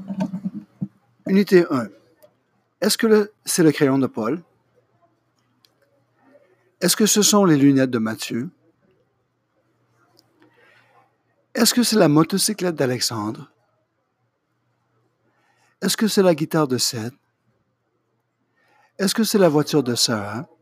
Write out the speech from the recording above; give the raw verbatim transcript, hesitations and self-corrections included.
Unité un. Est-ce que le- c'est le crayon de Paul? Est-ce que ce sont les lunettes de Mathieu? Est-ce que c'est la motocyclette d'Alexandre? Est-ce que c'est la guitare de Seth? Est-ce que c'est la voiture de Sarah?